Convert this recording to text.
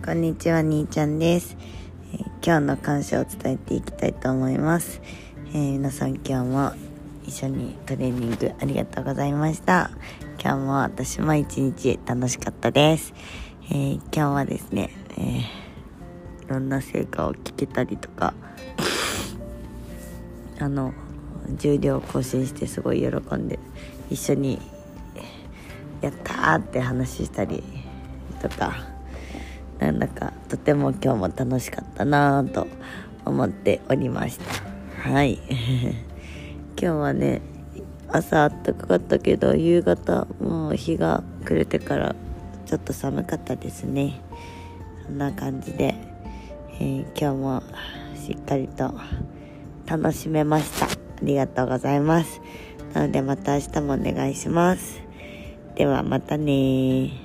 こんにちは、にーちゃんです。今日の感謝を伝えていきたいと思います。皆さん今日も一緒にトレーニングありがとうございました。今日も私も一日楽しかったです。今日はですね、いろんな成果を聞けたりとか重量を更新してすごい喜んで一緒にやったーって話したりとか、なんだかとても今日も楽しかったなと思っておりました。はい。今日はね、朝暖かかったけど夕方もう日が暮れてからちょっと寒かったですね。そんな感じで、今日もしっかりと楽しめました。ありがとうございます。なのでまた明日もお願いします。ではまたね。